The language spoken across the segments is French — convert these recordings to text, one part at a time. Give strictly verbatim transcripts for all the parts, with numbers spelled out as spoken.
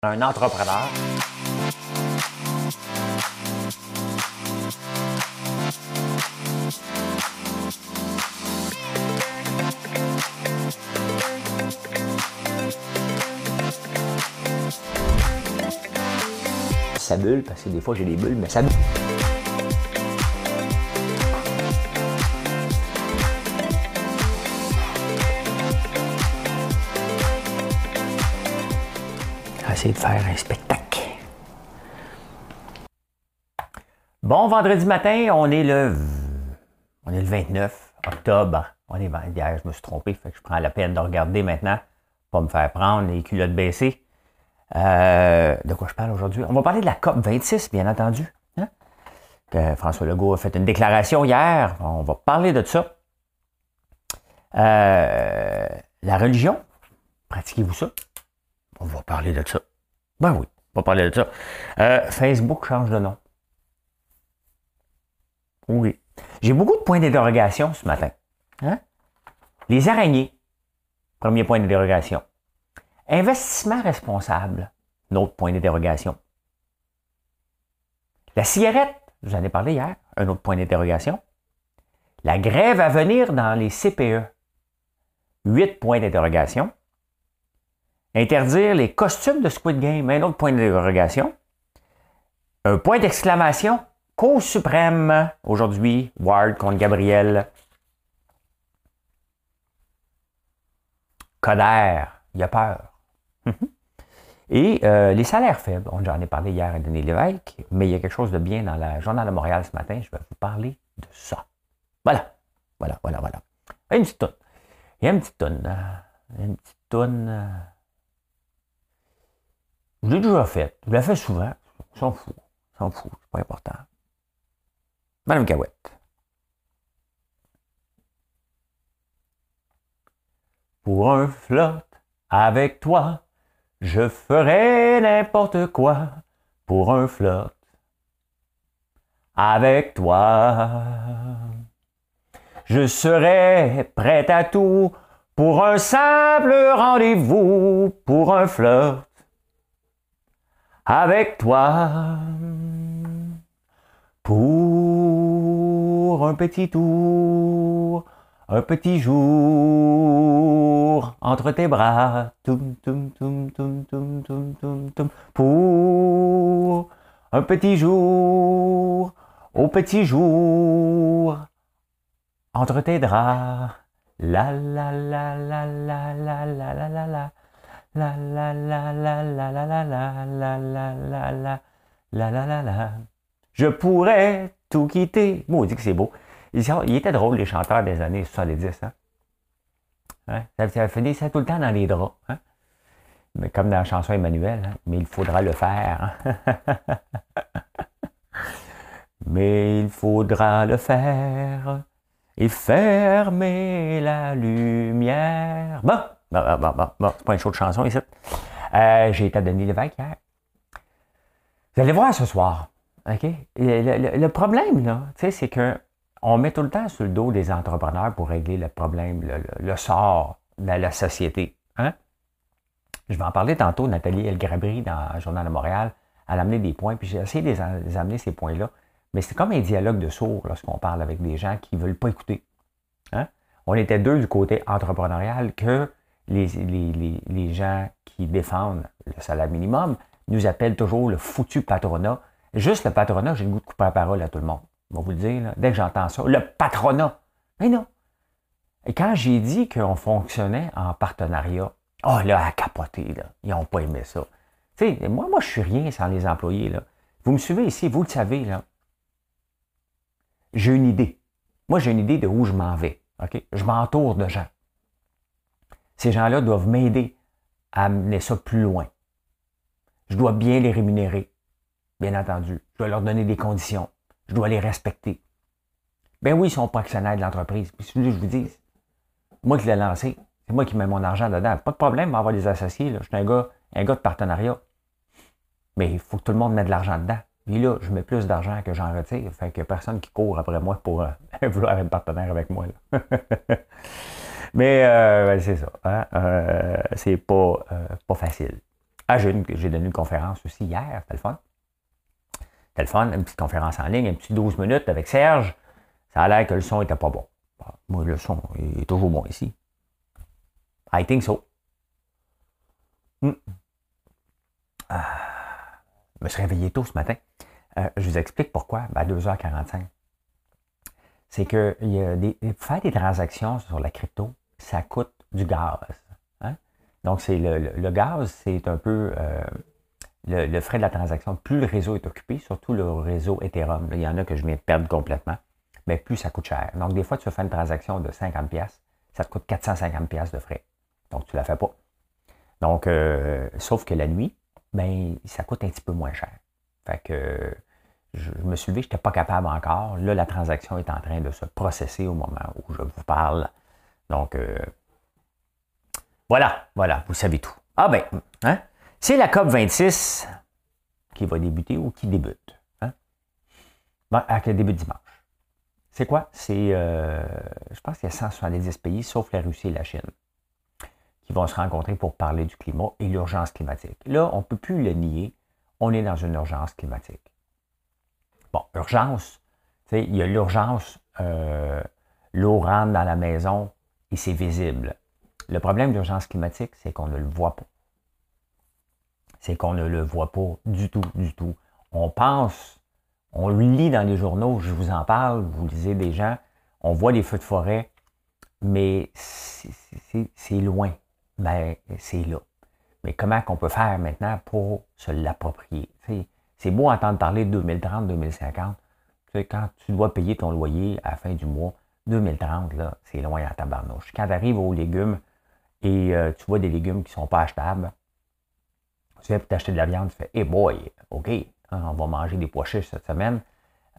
Un entrepreneur. Ça bulle, parce que des fois j'ai des bulles, mais ça bulle. Essayer de faire un spectacle. Bon, vendredi matin, on est le on est le vingt-neuf octobre. On est hier, je me suis trompé, fait que je prends la peine de regarder maintenant, pas me faire prendre les culottes baissées. Euh, de quoi je parle aujourd'hui? On va parler de la COP vingt-six, bien entendu. Hein? Que François Legault a fait une déclaration hier. On va parler de ça. Euh, la religion, pratiquez-vous ça? On va parler de ça. Ben oui, on va parler de ça. Euh, Facebook change de nom. Oui. J'ai beaucoup de points d'interrogation ce matin. Hein? Les araignées, premier point d'interrogation. Investissement responsable, un autre point d'interrogation. La cigarette, je vous en ai parlé hier, un autre point d'interrogation. La grève à venir dans les C P E, huit points d'interrogation. Interdire les costumes de Squid Game, un autre point d'interrogation. Un point d'exclamation, Cour suprême, aujourd'hui, Ward contre Gabriel. Coder, il a peur. Et euh, les salaires faibles, on en a parlé hier à Denis Lévesque, mais il y a quelque chose de bien dans le Journal de Montréal ce matin, je vais vous parler de ça. Voilà, voilà, voilà, voilà. Une petite toune. Il y a une petite toune. Une petite toune. Je l'ai déjà faite. Je la fais souvent. On s'en fout. On s'en fout. C'est pas important. Madame Cahouette. Pour un flot avec toi, je ferai n'importe quoi. Pour un flot avec toi. Je serai prête à tout pour un simple rendez-vous. Pour un flot avec toi, pour un petit tour, un petit jour, entre tes bras, toum, toum, toum, toum, toum, toum, toum, toum, pour un petit jour, au petit jour, entre tes draps, la la la la la la la la la la. La la la la la la la la la la la la la la la la. Je pourrais tout quitter. Maudit que c'est beau. Il était drôle, les chanteurs des années soixante-dix. Hein? Hein? Ça, ça finissait tout le temps dans les draps. Hein? Mais comme dans la chanson Emmanuel, hein? Mais il faudra le faire. Hein? Mais il faudra le faire et fermer la lumière. Bon. Bon, bon, bon, bon, c'est pas une show de chanson ici. Euh, j'ai été à Denis Lévesque hier. Vous allez voir ce soir. OK? Le, le, le problème, là, tu sais, c'est qu'on met tout le temps sur le dos des entrepreneurs pour régler le problème, le, le, le sort de la société. Hein? Je vais en parler tantôt. Nathalie Elgrabri, dans le Journal de Montréal, elle a amené des points, puis j'ai essayé de les, les amener, ces points-là. Mais c'est comme un dialogue de sourds lorsqu'on parle avec des gens qui ne veulent pas écouter. Hein? On était deux du côté entrepreneurial que Les, les, les, les gens qui défendent le salaire minimum nous appellent toujours le foutu patronat. Juste le patronat, j'ai le goût de couper la parole à tout le monde. Je vais vous le dire, là, dès que j'entends ça, le patronat. Mais non. Et quand j'ai dit qu'on fonctionnait en partenariat, oh là, à capoter, là, ils n'ont pas aimé ça. Tu sais, moi, moi, je suis rien sans les employés. Là. Vous me suivez ici, vous le savez, là. J'ai une idée. Moi, j'ai une idée de où je m'en vais. Okay? Je m'entoure de gens. Ces gens-là doivent m'aider à amener ça plus loin. Je dois bien les rémunérer, bien entendu. Je dois leur donner des conditions. Je dois les respecter. Ben oui, ils ne sont pas actionnaires de l'entreprise. Puis si je vous dis, moi qui l'ai lancé, c'est moi qui mets mon argent dedans. Pas de problème, on va les associer. Là. Je suis un gars, un gars de partenariat. Mais il faut que tout le monde mette de l'argent dedans. Puis là, je mets plus d'argent que j'en retire. Fait qu'il n'y a personne qui court après moi pour euh, vouloir être partenaire avec moi. Là. Mais euh, c'est ça. Hein? Euh, c'est pas, euh, pas facile. Ah, j'ai, une, j'ai donné une conférence aussi hier, c'était le fun. C'était le fun, une petite conférence en ligne, un petit douze minutes avec Serge. Ça a l'air que le son n'était pas bon. Moi, le son est toujours bon ici. I think so. Hmm. Ah, je me suis réveillé tôt ce matin. Euh, je vous explique pourquoi. Ben, à deux heures quarante-cinq. C'est que il y a des, faire des transactions sur la crypto, ça coûte du gaz. Hein? Donc, c'est le, le, le gaz, c'est un peu euh, le, le frais de la transaction. Plus le réseau est occupé, surtout le réseau Ethereum, il y en a que je viens de perdre complètement, mais plus ça coûte cher. Donc, des fois, tu vas faire une transaction de cinquante dollars, ça te coûte quatre cent cinquante dollars de frais. Donc, tu ne la fais pas. Donc, euh, sauf que la nuit, ben, ça coûte un petit peu moins cher. Fait que je, je me suis levé, je n'étais pas capable encore. Là, la transaction est en train de se processer au moment où je vous parle. Donc, euh, voilà, voilà, vous savez tout. Ah ben, hein, c'est la COP vingt-six qui va débuter ou qui débute. Hein? Bon, avec le début de dimanche. C'est quoi? C'est, euh, je pense qu'il y a cent soixante-dix pays, sauf la Russie et la Chine, qui vont se rencontrer pour parler du climat et l'urgence climatique. Là, on ne peut plus le nier, on est dans une urgence climatique. Bon, urgence, tu sais, il y a l'urgence, euh, l'eau rentre dans la maison et c'est visible. Le problème de l'urgence climatique, c'est qu'on ne le voit pas. C'est qu'on ne le voit pas du tout, du tout. On pense, on le lit dans les journaux, je vous en parle, vous lisez des gens, on voit les feux de forêt, mais c'est, c'est, c'est loin. Ben, c'est là. Mais comment qu'on peut faire maintenant pour se l'approprier? T'sais, c'est beau entendre parler de deux mille trente, deux mille cinquante. T'sais, quand tu dois payer ton loyer à la fin du mois, deux mille trente, là, c'est loin à tabarnouche. Quand tu arrives aux légumes et euh, tu vois des légumes qui ne sont pas achetables, tu viens pour t'acheter de la viande, tu fais « Hey boy, OK, hein, on va manger des pois chiches cette semaine. Euh, »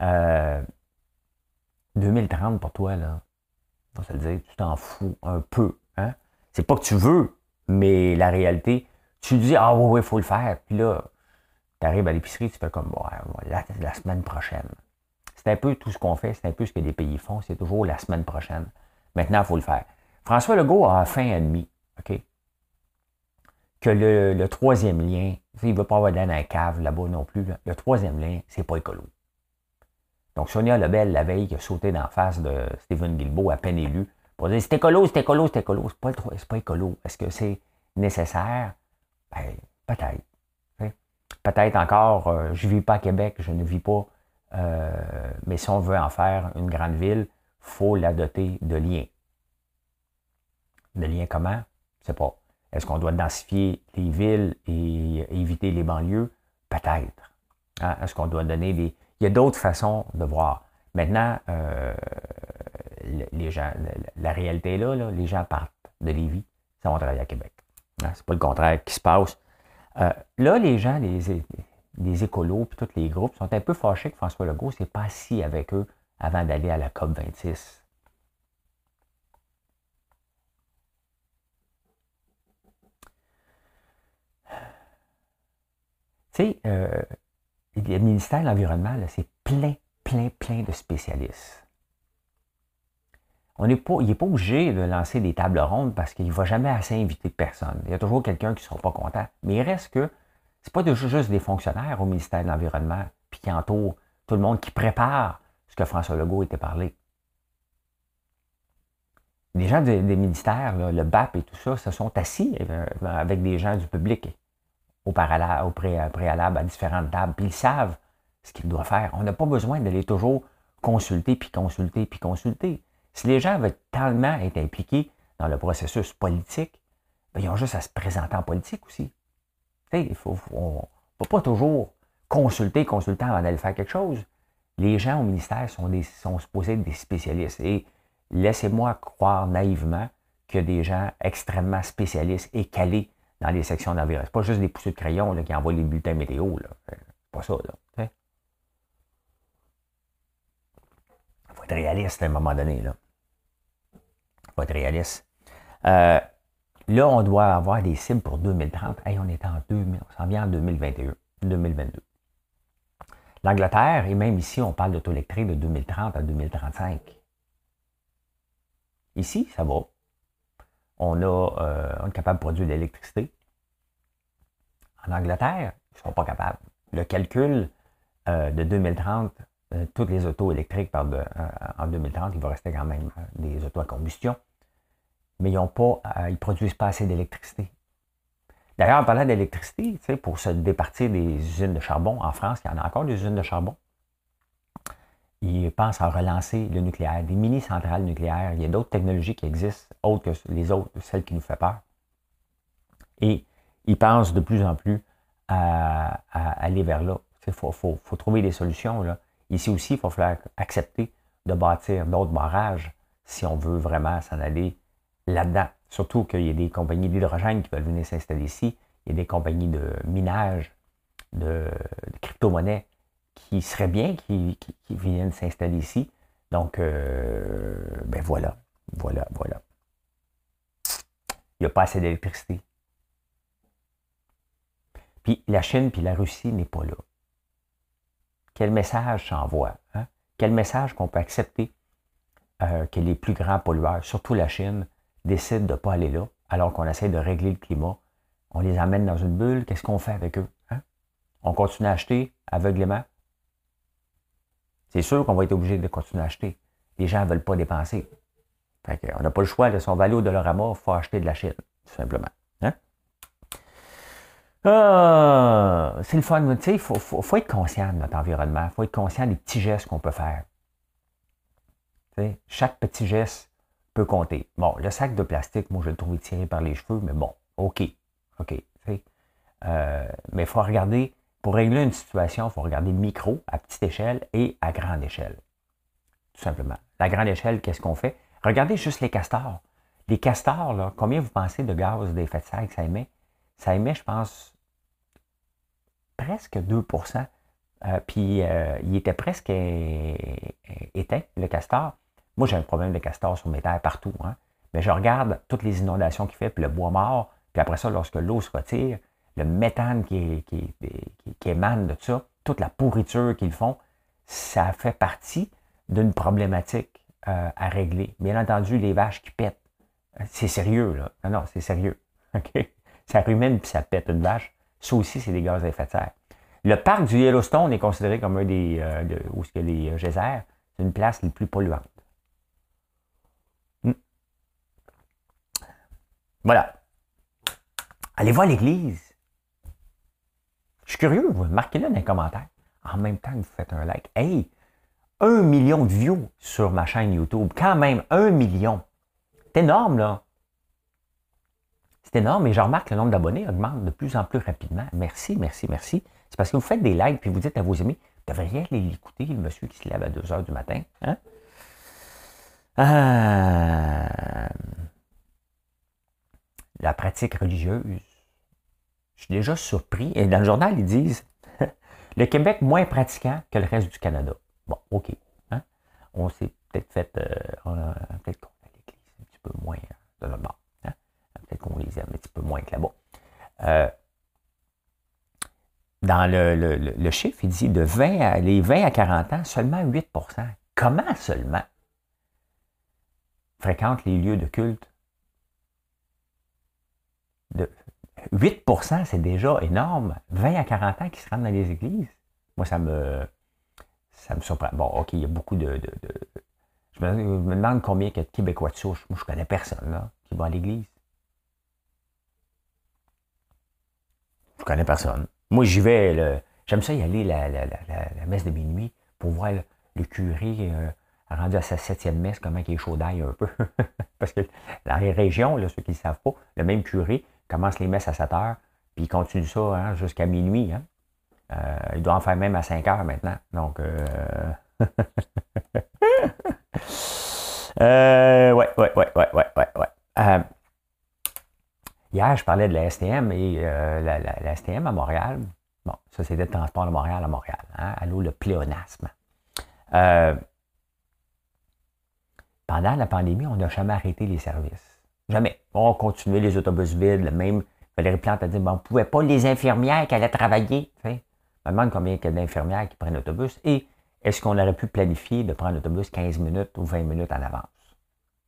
deux mille trente pour toi, là, on va se le dire, tu t'en fous un peu. Hein? C'est pas que tu veux, mais la réalité, tu dis, ah oui, oui, il faut le faire. Puis là, tu arrives à l'épicerie, tu fais comme, ouais, la, la semaine prochaine. C'est un peu tout ce qu'on fait, c'est un peu ce que les pays font, c'est toujours la semaine prochaine. Maintenant, il faut le faire. François Legault a enfin admis, OK, que le, le troisième lien, il ne veut pas avoir d'aller dans la cave là-bas non plus, là, le troisième lien, c'est pas écolo. Donc, Sonia Lebel, la veille, qui a sauté d'en face de Stephen Guilbeault, à peine élu, pour dire c'est écolo, c'est écolo, c'est écolo. C'est pas, c'est pas écolo. Est-ce que c'est nécessaire? Ben, peut-être. Hein? Peut-être encore, euh, je ne vis pas à Québec, je ne vis pas, euh, mais si on veut en faire une grande ville, il faut la doter de liens. De liens comment? Je ne sais pas. Est-ce qu'on doit densifier les villes et éviter les banlieues? Peut-être. Hein? Est-ce qu'on doit donner des... Il y a d'autres façons de voir. Maintenant, euh, les gens, la réalité est là, là, les gens partent de Lévis, ça vont travailler à Québec. Hein, c'est pas le contraire qui se passe. Euh, là, les gens, les, les écolos, puis tous les groupes sont un peu fâchés que François Legault s'est pas assis avec eux avant d'aller à la COP vingt-six. Tu sais, euh, le ministère de l'Environnement, là, c'est plein, plein, plein de spécialistes. On n'est pas, il n'est pas obligé de lancer des tables rondes parce qu'il ne va jamais assez inviter de personne. Il y a toujours quelqu'un qui ne sera pas content. Mais il reste que ce n'est pas juste des fonctionnaires au ministère de l'Environnement puis qui entourent tout le monde qui prépare ce que François Legault était parlé. Les gens des, des ministères, là, le B A P et tout ça, se sont assis avec des gens du public au, parala, au pré, préalable à différentes tables, puis ils savent ce qu'ils doivent faire. On n'a pas besoin d'aller toujours consulter, puis consulter, puis consulter. Si les gens veulent tellement être impliqués dans le processus politique, bien, ils ont juste à se présenter en politique aussi. Tu sais, il faut, on ne va pas toujours consulter, consulter avant d'aller faire quelque chose. Les gens au ministère sont, des, sont supposés être des spécialistes. Et laissez-moi croire naïvement qu'il y a des gens extrêmement spécialistes et calés dans les sections d'environnement. Ce pas juste des poussées de crayon là, qui envoient les bulletins météo. Là. C'est pas ça. Il faut être réaliste à un moment donné. Là. Faut être réaliste. Euh, là, on doit avoir des cibles pour deux mille trente. Hey, on est en deux mille, on s'en vient en deux mille vingt et un, deux mille vingt-deux. L'Angleterre, et même ici, on parle d'auto électrique de deux mille trente à deux mille trente-cinq. Ici, ça va. On, a, euh, on est capable de produire de l'électricité En Angleterre, ils ne sont pas capables. Le calcul euh, de deux mille trente, euh, toutes les autos électriques par de, euh, en deux mille trente, il va rester quand même euh, des autos à combustion, mais ils ne euh, produisent pas assez d'électricité. D'ailleurs, en parlant d'électricité, pour se départir des usines de charbon, en France, il y en a encore des usines de charbon. Ils pensent à relancer le nucléaire, des mini-centrales nucléaires. Il y a d'autres technologies qui existent, autres que les autres, celles qui nous font peur. Et ils pensent de plus en plus à, à aller vers là. Il faut, faut, faut trouver des solutions. Là. Ici aussi, il va falloir accepter de bâtir d'autres barrages si on veut vraiment s'en aller là-dedans. Surtout qu'il y a des compagnies d'hydrogène qui veulent venir s'installer ici. Il y a des compagnies de minage, de, de crypto-monnaies qui seraient bien qui, qui, qui viennent s'installer ici. Donc, euh, ben voilà, voilà, voilà. Il n'y a pas assez d'électricité. Puis la Chine puis la Russie n'est pas là. Quel message s'envoie? Hein? Quel message qu'on peut accepter euh, que les plus grands pollueurs, surtout la Chine, décident de ne pas aller là, alors qu'on essaie de régler le climat. On les amène dans une bulle, qu'est-ce qu'on fait avec eux? Hein? On continue à acheter aveuglément? C'est sûr qu'on va être obligé de continuer à acheter. Les gens ne veulent pas dépenser. Fait qu'on n'a pas le choix. Là, si on va aller au Dollarama, il faut acheter de la Chine, tout simplement. Hein? Ah, c'est le fun. Tu sais, il faut, faut, faut être conscient de notre environnement. Il faut être conscient des petits gestes qu'on peut faire. Tu sais, chaque petit geste peut compter. Bon, le sac de plastique, moi, je le trouve tiré par les cheveux, mais bon, OK. OK. Tu sais, euh, mais il faut regarder, pour régler une situation, il faut regarder micro, à petite échelle et à grande échelle. Tout simplement. La grande échelle, qu'est-ce qu'on fait? Regardez juste les castors. Les castors, là, combien vous pensez de gaz d'effet de serre que ça émet? Ça émet, je pense, presque deux pour cent. Euh, puis, euh, il était presque éteint, le castor. Moi, j'ai un problème de castor sur mes terres partout. Hein? Mais je regarde toutes les inondations qu'il fait, puis le bois mort, puis après ça, lorsque l'eau se retire, le méthane qui, qui, qui, qui émane de ça, toute la pourriture qu'ils font, ça fait partie d'une problématique euh, à régler. Bien entendu, les vaches qui pètent. C'est sérieux, là. Non, non, c'est sérieux. OK? Ça rumine puis ça pète une vache. Ça aussi, c'est des gaz à effet de serre. Le parc du Yellowstone est considéré comme un des... Euh, de, où est-ce qu'il y a les geysers? C'est une place les plus polluantes. Hmm. Voilà. Allez voir l'église. Je suis curieux, vous marquez-le dans les commentaires. En même temps que vous faites un like. Hey! Un million de views sur ma chaîne YouTube. Quand même, un million. C'est énorme, là. C'est énorme, et je remarque que le nombre d'abonnés augmente de plus en plus rapidement. Merci, merci, merci. C'est parce que vous faites des likes puis vous dites à vos amis, vous devriez aller l'écouter, le monsieur qui se lève à deux heures du matin. Hein? Ah, la pratique religieuse. Je suis déjà surpris. Et dans le journal, ils disent le Québec moins pratiquant que le reste du Canada. Bon, OK. Hein? On s'est peut-être fait, euh, on a peut-être qu'on a l'église un petit peu moins de notre bord. Hein? Peut-être qu'on les aime un petit peu moins que là-bas. Euh, dans le, le, le chiffre, il dit de vingt à, les vingt à quarante ans, seulement huit pour cent. Comment seulement fréquentent les lieux de culte? De huit pour cent, c'est déjà énorme. vingt à quarante ans qui se rendent dans les églises. Moi, ça me, ça me surprend. Bon, OK, il y a beaucoup de... de, de je, me, je me demande combien il y a de Québécois de souche. Moi, je ne connais personne là, qui va à l'église. Je ne connais personne. Moi, j'y vais. Le, j'aime ça y aller la, la, la, la, la messe de minuit pour voir le, le curé euh, rendu à sa septième messe, comment il est chaud d'ail un peu. Parce que dans les régions, là, ceux qui ne le savent pas, le même curé commence les messes à sept heures, puis il continue ça hein, jusqu'à minuit. Hein. Euh, il doit en faire même à cinq heures maintenant. Donc, euh... euh, ouais, ouais, ouais, ouais, ouais, ouais, ouais. Euh, hier, je parlais de la S T M et euh, la, la, la S T M à Montréal. Bon, Société de transport de Montréal à Montréal. Hein, allô, le pléonasme. Euh, pendant la pandémie, on n'a jamais arrêté les services. Jamais. On continuait les autobus vides, même Valérie Plante a dit, bon, on ne pouvait pas les infirmières qui allaient travailler. Tu sais. Je me demande combien il y a d'infirmières qui prennent l'autobus et est-ce qu'on aurait pu planifier de prendre l'autobus quinze minutes ou vingt minutes en avance?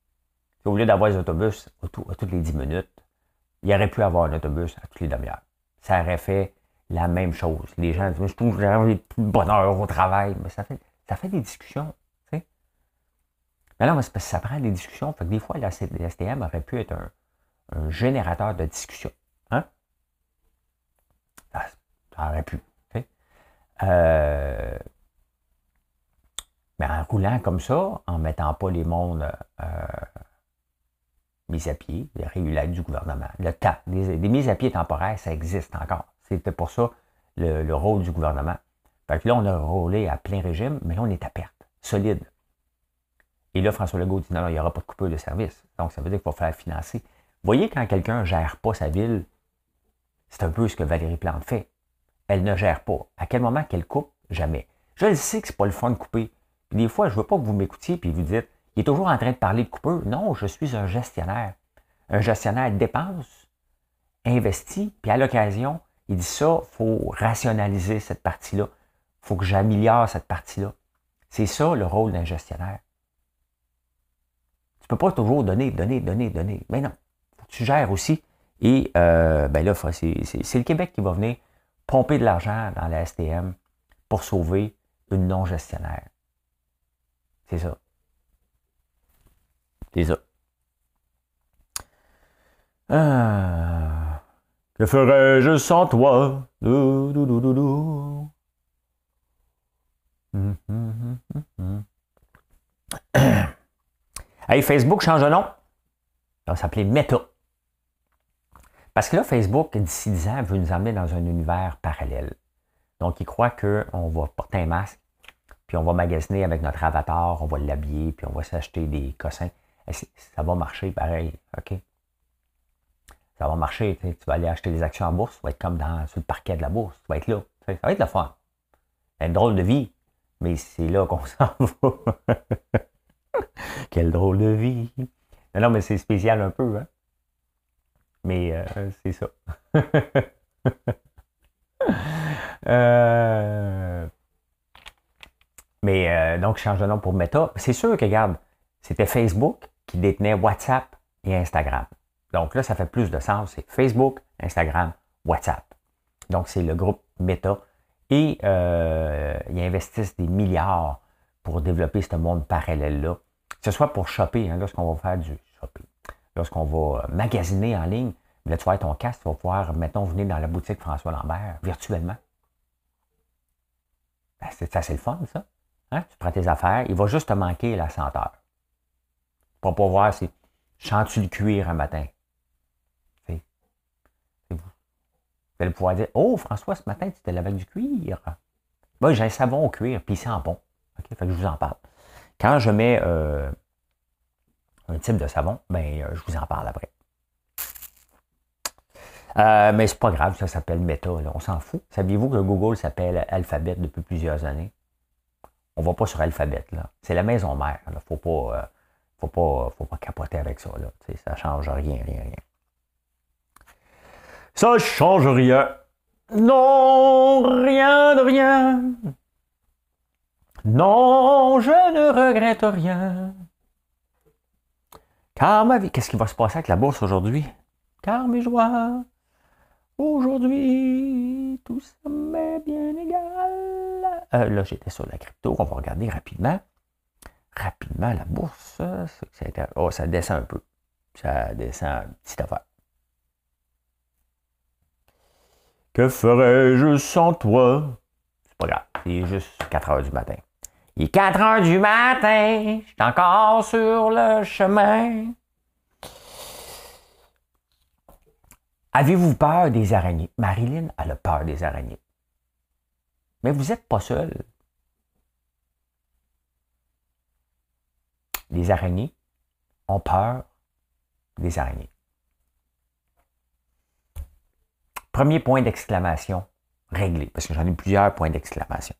Au lieu d'avoir les autobus à, tout, à toutes les dix minutes, il aurait pu avoir un autobus à toutes les demi-heures. ça aurait fait la même chose. Les gens disent, je trouve que j'ai plus de bonheur au travail. Mais ça fait, ça fait des discussions. Tu sais. Mais non, mais c'est parce que ça prend des discussions. Fait que des fois, la S T M aurait pu être un, un générateur de discussion. Hein? Ça, ça aurait pu. Tu sais. Euh, mais en roulant comme ça, en ne mettant pas les mondes euh, mis à pied, les régulaires du gouvernement, le temps, des, des mises à pied temporaires, ça existe encore. C'était pour ça le, le rôle du gouvernement. Fait que là, on a roulé à plein régime, mais là, on est à perte, solide. Et là, François Legault dit non, non, il n'y aura pas de coupure de service. Donc, ça veut dire qu'il va falloir financer. Vous voyez, quand quelqu'un ne gère pas sa ville, c'est un peu ce que Valérie Plante fait. Elle ne gère pas. À quel moment qu'elle coupe? Jamais. Je le sais que c'est pas le fun de couper. Puis des fois, je ne veux pas que vous m'écoutiez et vous dites, il est toujours en train de parler de coupure. Non, je suis un gestionnaire. Un gestionnaire dépense, investit, puis à l'occasion, il dit ça, il faut rationaliser cette partie-là. Il faut que j'améliore cette partie-là. C'est ça le rôle d'un gestionnaire. Tu ne peux pas toujours donner, donner, donner, donner. Mais non, il faut que tu gères aussi. Et euh, ben là, c'est, c'est, c'est le Québec qui va venir pomper de l'argent dans la S T M pour sauver une non-gestionnaire. C'est ça. C'est ça. Ah, que ferais-je sans toi? Dou, dou, dou, dou, dou. Hum, hum, hum, hum. Hey, Facebook change de nom. Ça va s'appeler Meta. Parce que là, Facebook, d'ici dix ans, veut nous emmener dans un univers parallèle. Donc, il croit qu'on va porter un masque, puis on va magasiner avec notre avatar, on va l'habiller, puis on va s'acheter des cossins. Ça va marcher pareil, OK? Ça va marcher, tu vas aller acheter des actions en bourse, tu vas être comme dans, sur le parquet de la bourse, tu vas être là. Ça va être le fun. C'est une drôle de vie, mais c'est là qu'on s'en va. Quelle drôle de vie. Non, non, mais c'est spécial un peu, hein? Mais euh, c'est ça. euh... Mais euh, donc, je change de nom pour Meta. C'est sûr que, regarde, c'était Facebook qui détenait WhatsApp et Instagram. Donc là, ça fait plus de sens. C'est Facebook, Instagram, WhatsApp. Donc, c'est le groupe Meta. Et euh, ils investissent des milliards pour développer ce monde parallèle-là. Que ce soit pour shopper, hein, lorsqu'on va faire du shopping, lorsqu'on va magasiner en ligne, là, tu vas avoir ton casque, tu vas pouvoir, mettons, venir dans la boutique François Lambert virtuellement. Ben, c'est, ça, c'est le fun, ça. Hein? Tu prends tes affaires, il va juste te manquer la senteur. Pour pas voir si sens-tu le cuir un matin. C'est, c'est vous. Vous allez pouvoir dire, oh, François, ce matin, tu te laves avec du cuir. Ben, j'ai un savon au cuir, puis il sent bon. Okay? Fait que je vous en parle. Quand je mets euh, un type de savon, ben, euh, je vous en parle après. Euh, mais c'est pas grave, ça s'appelle Meta, là, on s'en fout. Saviez-vous que Google s'appelle Alphabet depuis plusieurs années? On va pas sur Alphabet, là. C'est la maison mère. Il ne faut pas, euh, faut pas, faut pas capoter avec ça. Là. Ça ne change rien, rien, rien. Ça ne change rien. Non, rien de rien. Non, je ne regrette rien. Car ma vie... Qu'est-ce qui va se passer avec la bourse aujourd'hui? Car mes joies... Aujourd'hui, tout ça m'est bien égal. Euh, là, j'étais sur la crypto. On va regarder rapidement. Rapidement, la bourse. C'est, oh, ça descend un peu. Ça descend une petite affaire. Que ferais-je sans toi? C'est pas grave. C'est juste quatre heures du matin. Il est quatre heures du matin. Je suis encore sur le chemin. Avez-vous peur des araignées? Marilyn, elle a peur des araignées. Mais vous n'êtes pas seul. Les araignées ont peur des araignées. Premier point d'exclamation, réglé, parce que j'en ai plusieurs points d'exclamation.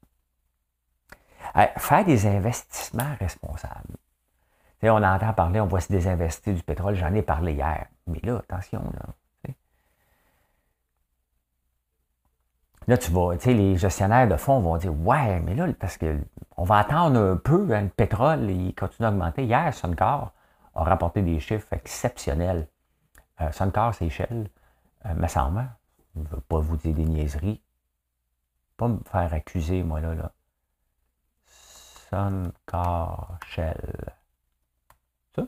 Faire des investissements responsables. T'sais, on entend parler, on va se désinvestir du pétrole, j'en ai parlé hier. Mais là, attention, là. Là, tu vas, tu sais, les gestionnaires de fonds vont dire, ouais, mais là, parce qu'on va attendre un peu, hein, le pétrole, il continue d'augmenter. Hier, Suncor a rapporté des chiffres exceptionnels. Euh, Suncor, Seychelles, euh, me semble, je ne veux pas vous dire des niaiseries. Pas me faire accuser, moi, là. là. Suncar Shell. Ça?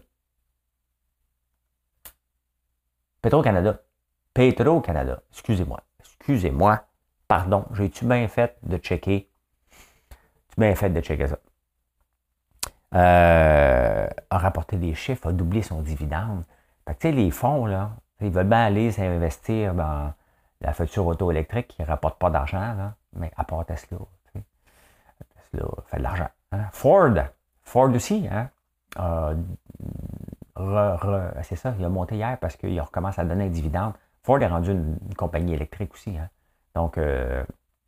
Petro-Canada. Petro-Canada. Excusez-moi. Excusez-moi. Pardon. J'ai-tu bien fait de checker? Tu bien fait de checker ça. Euh, a rapporté des chiffres, a doublé son dividende. Fait que, tu sais, les fonds, là, ils veulent bien aller s'investir dans la future auto électrique qui ne rapporte pas d'argent, là, mais à part Tesla. Tu sais. Tesla fait de l'argent. Hein? Ford, Ford aussi, hein? Euh, re, re, c'est ça, il a monté hier parce qu'il recommence à donner un dividende. Ford est rendu une, une compagnie électrique aussi. Hein? Donc, euh,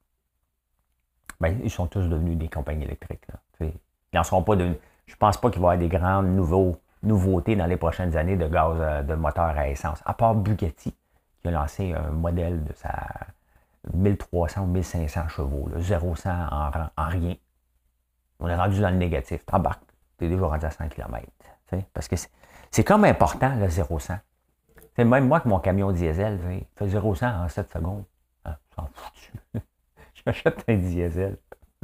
ben, ils sont tous devenus des compagnies électriques. Là, tu sais. Ils n'en seront pas devenus. Je ne pense pas qu'il va y avoir des grandes nouveaux, nouveautés dans les prochaines années de gaz de moteur à essence. À part Bugatti, qui a lancé un modèle de sa mille trois cents ou mille cinq cents chevaux, là, zéro à cent en, en rien. On est rendu dans le négatif. T'embarques, tu es déjà rendu à cent kilomètres. Parce que c'est comme important, le zéro à cent. T'sais, même moi, que mon camion diesel, il fait zéro à cent en sept secondes. Ah, j'en foutu. Je m'achète un diesel.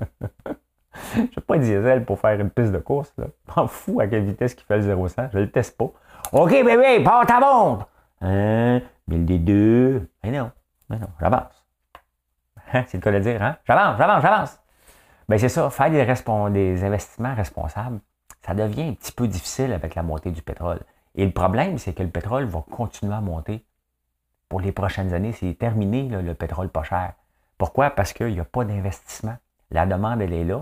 Je n'ai pas un diesel pour faire une piste de course. Je m'en fous à quelle vitesse il fait le zéro à cent. Je ne le teste pas. OK, bébé, pars ta montre! Un, mille des deux. Mais non, mais non, j'avance. Hein? C'est le cas de dire, hein? J'avance, j'avance, j'avance. Bien, c'est ça, faire des, des investissements responsables, ça devient un petit peu difficile avec la montée du pétrole. Et le problème, c'est que le pétrole va continuer à monter pour les prochaines années. C'est terminé, là, le pétrole pas cher. Pourquoi? Parce qu'il n'y a pas d'investissement. La demande, elle est là.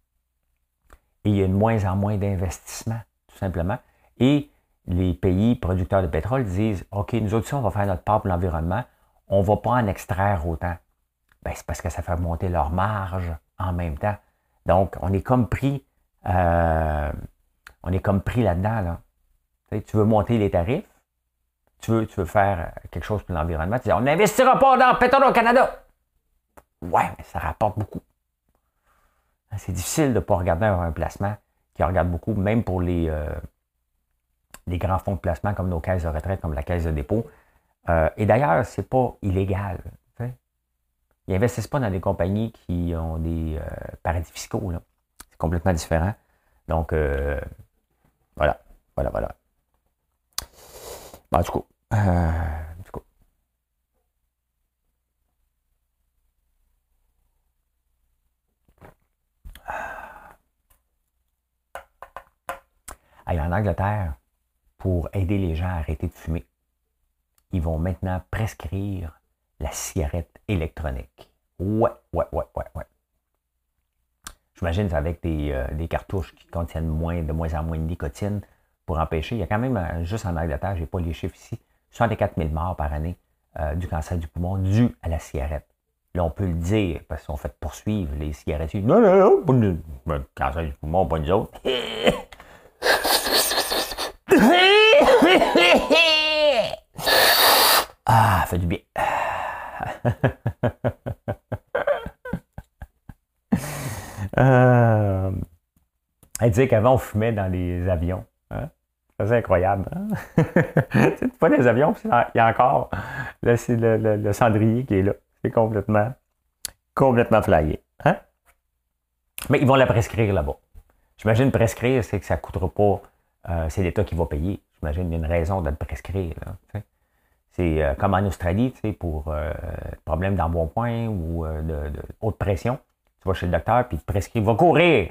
Et il y a de moins en moins d'investissement, tout simplement. Et les pays producteurs de pétrole disent, OK, nous autres, on va faire notre part pour l'environnement. On ne va pas en extraire autant. Bien, c'est parce que ça fait monter leur marge en même temps. Donc, on est comme pris, euh, on est comme pris là-dedans. Là. Tu sais, tu veux monter les tarifs, tu veux, tu veux faire quelque chose pour l'environnement, tu dis, on n'investira pas dans le pétrole au Canada. Ouais, mais ça rapporte beaucoup. C'est difficile de ne pas regarder un placement qui regarde beaucoup, même pour les, euh, les grands fonds de placement comme nos caisses de retraite, comme la caisse de dépôt. Euh, et d'ailleurs, ce n'est pas illégal. Tu sais. Ils n'investissent pas dans des compagnies qui ont des euh, paradis fiscaux. Là. C'est complètement différent. Donc, euh, voilà, voilà, voilà. Bon, du coup, euh, du coup. Allez, en Angleterre, pour aider les gens à arrêter de fumer, ils vont maintenant prescrire la cigarette électronique. Ouais, ouais, ouais, ouais, ouais. J'imagine que c'est avec des, euh, des cartouches qui contiennent moins, de moins en moins de nicotine pour empêcher. Il y a quand même, euh, juste en Angleterre, je n'ai pas les chiffres ici, soixante-quatre mille morts par année euh, du cancer du poumon dû à la cigarette. Là, on peut le dire parce qu'ils sont fait poursuivre les cigarettiers. Non, non, non, pas de, le cancer du poumon, pas nous autres. Ah, ça fait du bien. euh, elle disait qu'avant, on fumait dans les avions. Hein? C'est incroyable. Hein? C'est pas des avions, il y a encore là, c'est le, le, le cendrier qui est là. C'est complètement, complètement flyé. Hein? Mais ils vont la prescrire là-bas. J'imagine prescrire, c'est que ça ne coûtera pas. Euh, c'est l'État qui va payer. J'imagine qu'il y a une raison de le prescrire. Là, c'est euh, comme en Australie, pour euh, problème d'embonpoint ou euh, de, de haute pression. Tu vas chez le docteur et il te prescrit, va courir.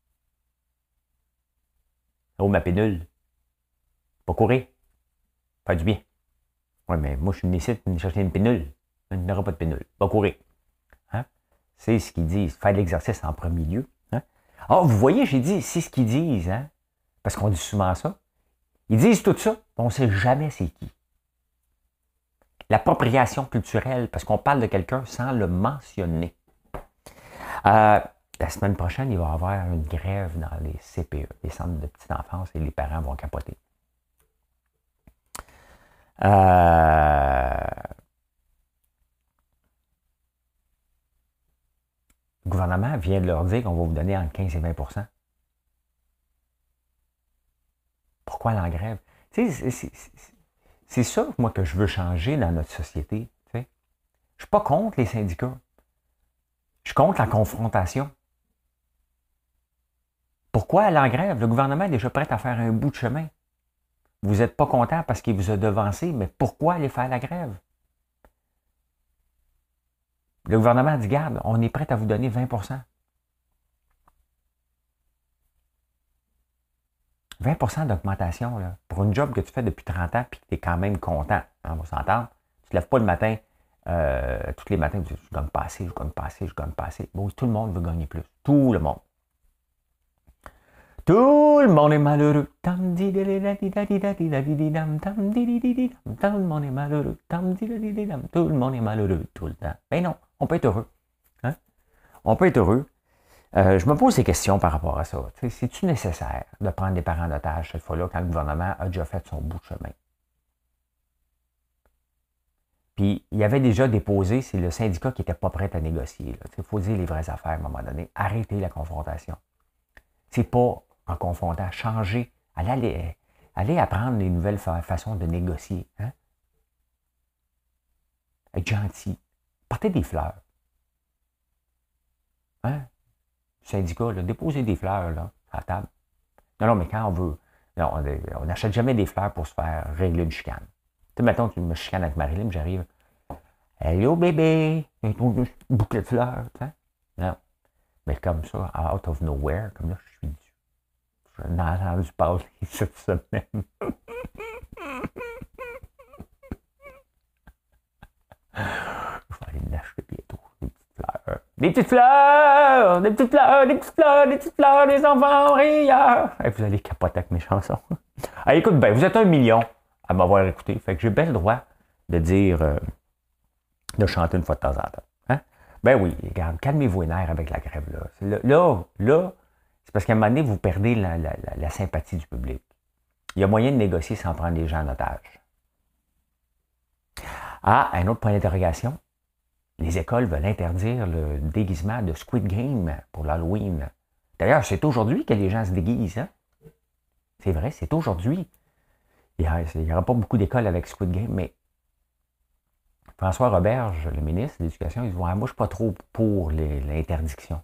Oh, ma pénule. Va courir. Faire du bien. Oui, mais moi, je suis venu ici pour chercher une pénule. Il n'y aura pas de pénule. Va courir. Hein? C'est ce qu'ils disent. Faire de l'exercice en premier lieu. Hein? Ah, vous voyez, j'ai dit, c'est ce qu'ils disent. Hein? Parce qu'on dit souvent ça. Ils disent tout ça, on ne sait jamais c'est qui. L'appropriation culturelle, parce qu'on parle de quelqu'un sans le mentionner. Euh, la semaine prochaine, il va y avoir une grève dans les C P E, les centres de petite enfance, et les parents vont capoter. Euh, le gouvernement vient de leur dire qu'on va vous donner entre quinze et vingt pour cent. Pourquoi aller en grève? Tu sais, c'est, c'est, c'est ça, moi, que je veux changer dans notre société. Tu sais. Je ne suis pas contre les syndicats. Je suis contre la confrontation. Pourquoi aller en grève? Le gouvernement est déjà prêt à faire un bout de chemin. Vous n'êtes pas content parce qu'il vous a devancé, mais pourquoi aller faire la grève? Le gouvernement dit, garde, on est prêt à vous donner vingt pour cent. vingt pour cent d'augmentation, là, pour une job que tu fais depuis trente ans et que tu es quand même content. Hein, on va s'entendre. Tu ne te lèves pas le matin, euh, tous les matins, tu dis, je gagne pas assez, je gagne pas assez, je gagne pas assez. Bon, tout le monde veut gagner plus. Tout le monde. Tout le monde est malheureux. Tout le monde est malheureux. Tout le monde est malheureux tout le temps. Ben non, on peut être heureux. Hein? On peut être heureux. Euh, je me pose des questions par rapport à ça. C'est-tu nécessaire de prendre des parents d'otage cette fois-là quand le gouvernement a déjà fait son bout de chemin? Puis, il y avait déjà déposé, c'est le syndicat qui n'était pas prêt à négocier. Il faut dire les vraies affaires à un moment donné. Arrêtez la confrontation. C'est pas en confrontant, changer. Allez, allez, allez apprendre les nouvelles fa façons de négocier. Hein? Être gentil. Portez des fleurs. Hein? Syndicat, là, déposer des fleurs là, à la table. Non, non, mais quand on veut, on n'achète jamais des fleurs pour se faire régler une chicane. Tu sais, mettons, tu me chicanes avec Marilyn, j'arrive. Hello bébé! Un bouquet de fleurs, tu sais. Non. Mais comme ça, out of nowhere, comme là, je suis dû. J'en ai entendu parler cette semaine. Je vais aller l'acheter bientôt. Des petites fleurs! Des petites fleurs! Des petites fleurs! Des petites fleurs! Des enfants rieurs! Hey, vous allez capoter avec mes chansons. Ah, écoute, ben, vous êtes un million à m'avoir écouté. Fait que j'ai bien le droit de dire, euh, de chanter une fois de temps en temps. Hein? Ben oui, regarde, calmez-vous les nerfs avec la grève. Là, là, là, là c'est parce qu'à un moment donné, vous perdez la, la, la, la sympathie du public. Il y a moyen de négocier sans prendre les gens en otage. Ah, un autre point d'interrogation. Les écoles veulent interdire le déguisement de Squid Game pour l'Halloween. D'ailleurs, c'est aujourd'hui que les gens se déguisent. Hein? C'est vrai, c'est aujourd'hui. Il n'y aura pas beaucoup d'écoles avec Squid Game, mais François Roberge, le ministre de l'Éducation, il dit ouais, moi, je ne suis pas trop pour l'interdiction.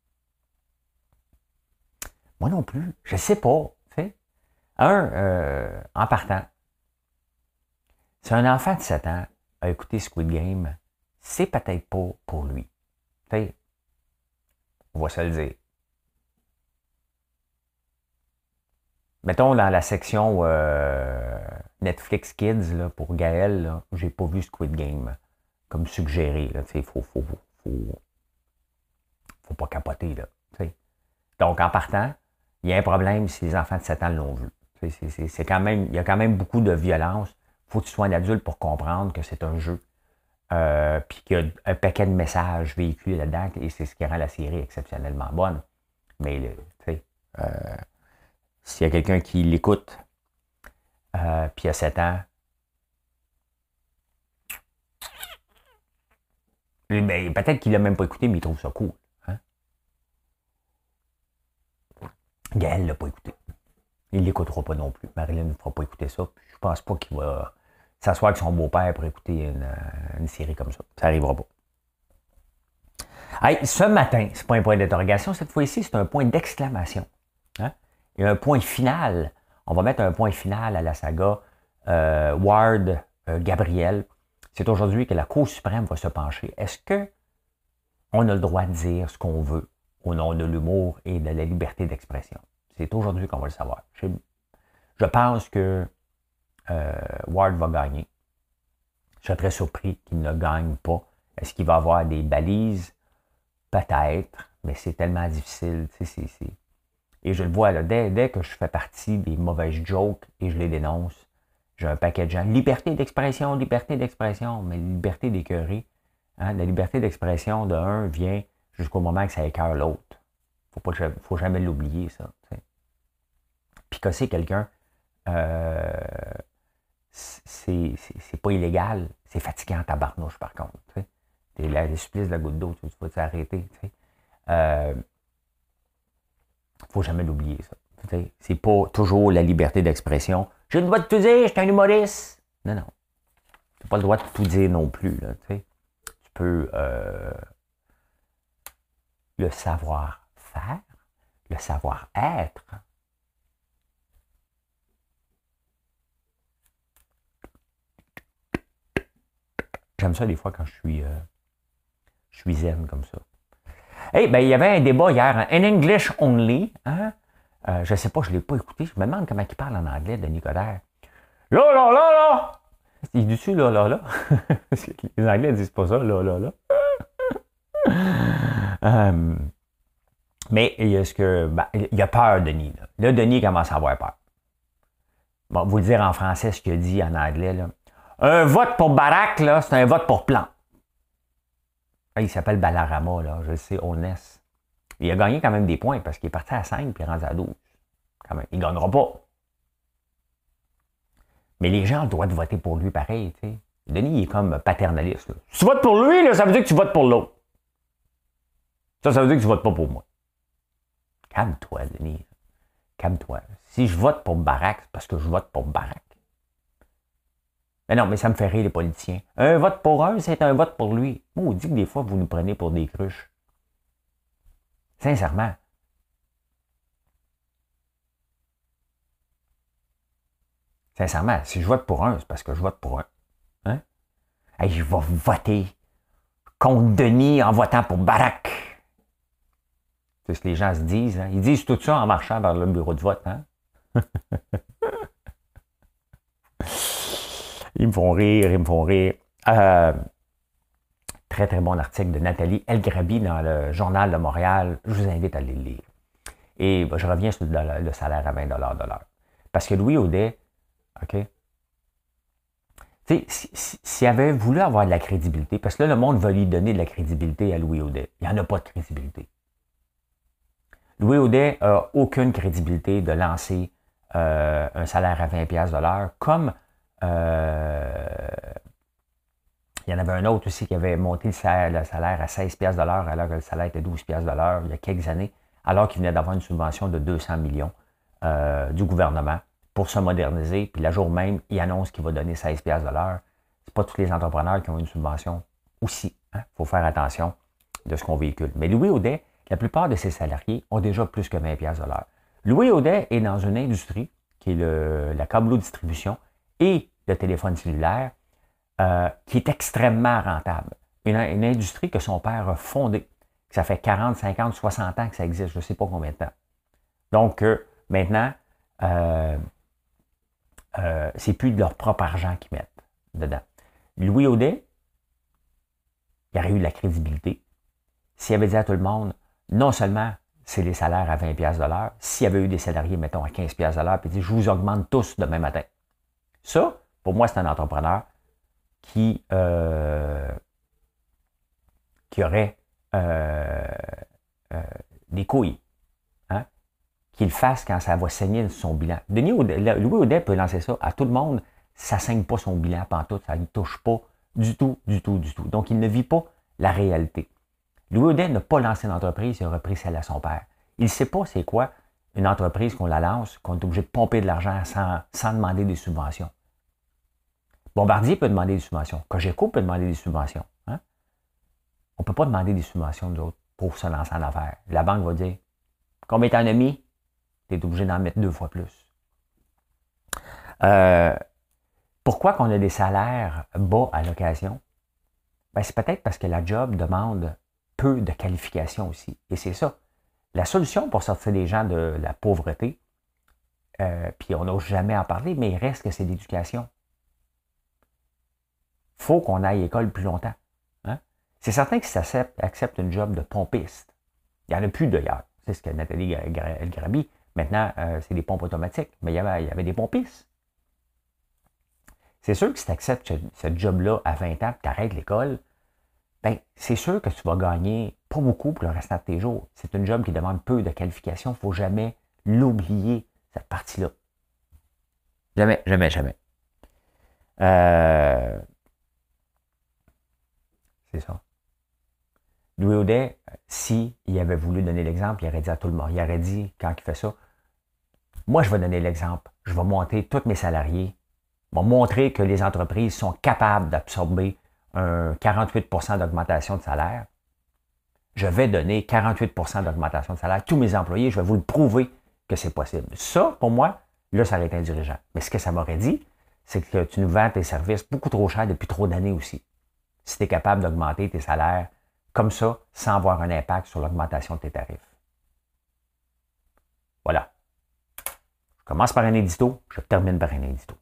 Moi non plus. Je ne sais pas. T'sais. Un, euh, en partant, si un enfant de sept ans a écouté Squid Game, c'est peut-être pas pour lui. T'sais, on va se le dire. Mettons dans la section euh, Netflix Kids, là, pour Gaël, j'ai pas vu Squid Game comme suggéré. Il faut, faut, faut, faut pas capoter. Là, t'sais. Donc, en partant, il y a un problème si les enfants de sept ans l'ont vu. C'est quand même, il y a quand même beaucoup de violence. Il faut que tu sois un adulte pour comprendre que c'est un jeu. Euh, puis qu'il y a un paquet de messages véhiculés là-dedans, et c'est ce qui rend la série exceptionnellement bonne. Mais, tu sais, euh, s'il y a quelqu'un qui l'écoute, euh, puis il a sept ans, ben, peut-être qu'il l'a même pas écouté, mais il trouve ça cool. Hein? Gaël l'a pas écouté. Il ne l'écoutera pas non plus. Marilyn ne fera pas écouter ça. Puis je pense pas qu'il va s'asseoir avec son beau-père pour écouter une, une série comme ça. Ça n'arrivera pas. Hey, ce matin, c'est pas un point d'interrogation, cette fois-ci, c'est un point d'exclamation. Hein? Il y a un point final. On va mettre un point final à la saga euh, Ward-Gabriel. Euh, c'est aujourd'hui que la Cour suprême va se pencher. Est-ce que on a le droit de dire ce qu'on veut au nom de l'humour et de la liberté d'expression? C'est aujourd'hui qu'on va le savoir. Je, je pense que euh, Ward va gagner. Je serais très surpris qu'il ne gagne pas. Est-ce qu'il va avoir des balises? Peut-être, mais c'est tellement difficile. Tu sais, c'est, c'est... Et je le vois, là, dès, dès que je fais partie des mauvaises jokes et je les dénonce, j'ai un paquet de gens. Liberté d'expression, liberté d'expression, mais liberté d'écœurer. Hein? La liberté d'expression de un vient jusqu'au moment que ça écœure l'autre. Il ne faut jamais l'oublier, ça. T'sais. Puis que c'est quelqu'un, euh, c'est, c'est, c'est pas illégal, c'est fatigant en tabarnouche, par contre. T'sais. T'es là, le supplice de la goutte d'eau, tu vas t'arrêter. Il euh, faut jamais l'oublier, ça. T'sais. C'est pas toujours la liberté d'expression. J'ai le droit de tout dire, je suis un humoriste. Non, non. Tu n'as pas le droit de tout dire non plus. Là, tu peux euh, le savoir-faire, le savoir-être. J'aime ça des fois quand je suis, euh, je suis zen comme ça. Hey, ben, il y avait un débat hier, hein, in English only. Hein? Euh, je ne sais pas, je ne l'ai pas écouté. Je me demande comment il parle en anglais, Denis Coderre. Là, là, là, là! Il dit-tu là, là, là? Les Anglais ne disent pas ça, là, là, là. um, mais il y a ce que. Ben, il a peur, Denis. Là, là Denis commence à avoir peur. Bon, vous le dire en français ce qu'il a dit en anglais. Là. Un vote pour Barack, là, c'est un vote pour Plante. Il s'appelle Balarama, là, je le sais, Honest. Il a gagné quand même des points parce qu'il est parti à cinq puis il est rendu à douze. Quand même. Il ne gagnera pas. Mais les gens ont le droit de voter pour lui pareil. T'sais. Denis il est comme paternaliste. Là. Si tu votes pour lui, là, ça veut dire que tu votes pour l'autre. Ça, ça veut dire que tu votes pas pour moi. Calme-toi, Denis. Calme-toi. Si je vote pour Barack, c'est parce que je vote pour Barack. Mais non, mais ça me fait rire les politiciens. Un vote pour un, c'est un vote pour lui. Moi, on dit que des fois, vous nous prenez pour des cruches. Sincèrement. Sincèrement, si je vote pour un, c'est parce que je vote pour un. Hein? Hey, je vais voter contre Denis en votant pour Barack. C'est ce que les gens se disent. Hein? Ils disent tout ça en marchant vers le bureau de vote. Hein? Ils me font rire, ils me font rire. Euh, très, très bon article de Nathalie Elgrabi dans le Journal de Montréal. Je vous invite à aller le lire. Et ben, je reviens sur le, le salaire à vingt dollars de l'heure. Parce que Louis Audet, OK? Tu sais, s'il si, si avait voulu avoir de la crédibilité, parce que là, le monde va lui donner de la crédibilité à Louis Audet. Il n'y en a pas de crédibilité. Louis Audet n'a aucune crédibilité de lancer euh, un salaire à vingt dollars de l'heure, comme euh, il y en avait un autre aussi qui avait monté le salaire, le salaire à seize dollars de l'heure, alors que le salaire était douze dollars de l'heure il y a quelques années, alors qu'il venait d'avoir une subvention de deux cents millions euh, du gouvernement pour se moderniser. Puis le jour même, il annonce qu'il va donner seize dollars de l'heure. Ce n'est pas tous les entrepreneurs qui ont une subvention aussi. Il hein? faut faire attention de ce qu'on véhicule. Mais Louis Audet, la plupart de ses salariés ont déjà plus que vingt dollars de l'heure. Louis Audet est dans une industrie qui est le, la câblo-distribution et le téléphone cellulaire euh, qui est extrêmement rentable. Une, une industrie que son père a fondée. Ça fait quarante, cinquante, soixante ans que ça existe. Je ne sais pas combien de temps. Donc, euh, maintenant, euh, euh, c'est plus de leur propre argent qu'ils mettent dedans. Louis Audet, il aurait eu de la crédibilité. S'il avait dit à tout le monde, non seulement c'est les salaires à vingt dollars de l'heure, s'il y avait eu des salariés, mettons, à quinze dollars de l'heure, puis dit, je vous augmente tous demain matin. Ça, pour moi, c'est un entrepreneur qui, euh, qui aurait euh, euh, des couilles. Hein? Qu'il fasse quand ça va saigner son bilan. Denis Audet, Louis Audet peut lancer ça à tout le monde, ça ne saigne pas son bilan pantoute, ça ne touche pas du tout, du tout, du tout. Donc, il ne vit pas la réalité. Louis Audet n'a pas lancé une entreprise, il a repris celle à son père. Il ne sait pas c'est quoi une entreprise qu'on la lance, qu'on est obligé de pomper de l'argent sans, sans demander des subventions. Bombardier peut demander des subventions. Cogeco peut demander des subventions. Hein? On ne peut pas demander des subventions, nous autres, pour se lancer en affaires. La banque va dire, combien t'en as mis? Tu es obligé d'en mettre deux fois plus. Euh, pourquoi qu'on a des salaires bas à l'occasion? Ben, c'est peut-être parce que la job demande peu de qualifications aussi. Et c'est ça. La solution pour sortir les gens de la pauvreté, euh, puis on n'ose jamais en parler, mais il reste que c'est l'éducation. Il faut qu'on aille à l'école plus longtemps. Hein? C'est certain que si ça accepte une job de pompiste, il n'y en a plus d'ailleurs. C'est ce que Nathalie Elgrabi, maintenant, euh, c'est des pompes automatiques, mais il y avait, il y avait des pompistes. C'est sûr que si tu acceptes ce, ce job-là à vingt ans et tu arrêtes l'école, ben, c'est sûr que tu vas gagner pas beaucoup pour le restant de tes jours. C'est une job qui demande peu de qualifications. Il ne faut jamais l'oublier, cette partie-là. Jamais, jamais, jamais. Euh, c'est ça. Louis Audet, s'il avait voulu donner l'exemple, il aurait dit à tout le monde, il aurait dit, quand il fait ça, moi, je vais donner l'exemple. Je vais monter tous mes salariés. Je vais montrer que les entreprises sont capables d'absorber un quarante-huit pour cent d'augmentation de salaire. Je vais donner quarante-huit pour cent d'augmentation de salaire à tous mes employés. Je vais vous le prouver que c'est possible. Ça, pour moi, là, ça aurait été un dirigeant. Mais ce que ça m'aurait dit, c'est que tu nous vends tes services beaucoup trop cher depuis trop d'années aussi. Si tu es capable d'augmenter tes salaires comme ça, sans avoir un impact sur l'augmentation de tes tarifs. Voilà. Je commence par un édito, je termine par un édito.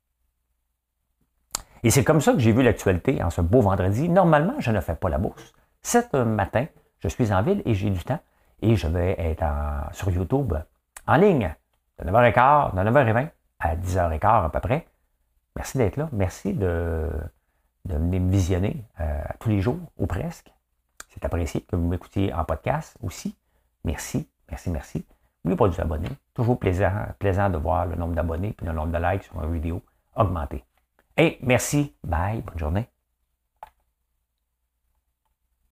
Et c'est comme ça que j'ai vu l'actualité en ce beau vendredi. Normalement, je ne fais pas la bourse. Cet matin, je suis en ville et j'ai du temps. Et je vais être en, sur YouTube en ligne de neuf heures quinze, de neuf heures vingt à dix heures quinze à peu près. Merci d'être là. Merci de, de venir me visionner euh, tous les jours ou presque. C'est apprécié que vous m'écoutiez en podcast aussi. Merci, merci, merci. N'oubliez pas de vous abonner. Toujours plaisant, plaisant de voir le nombre d'abonnés et le nombre de likes sur une vidéo augmenter. Et merci. Bye. Bonne journée.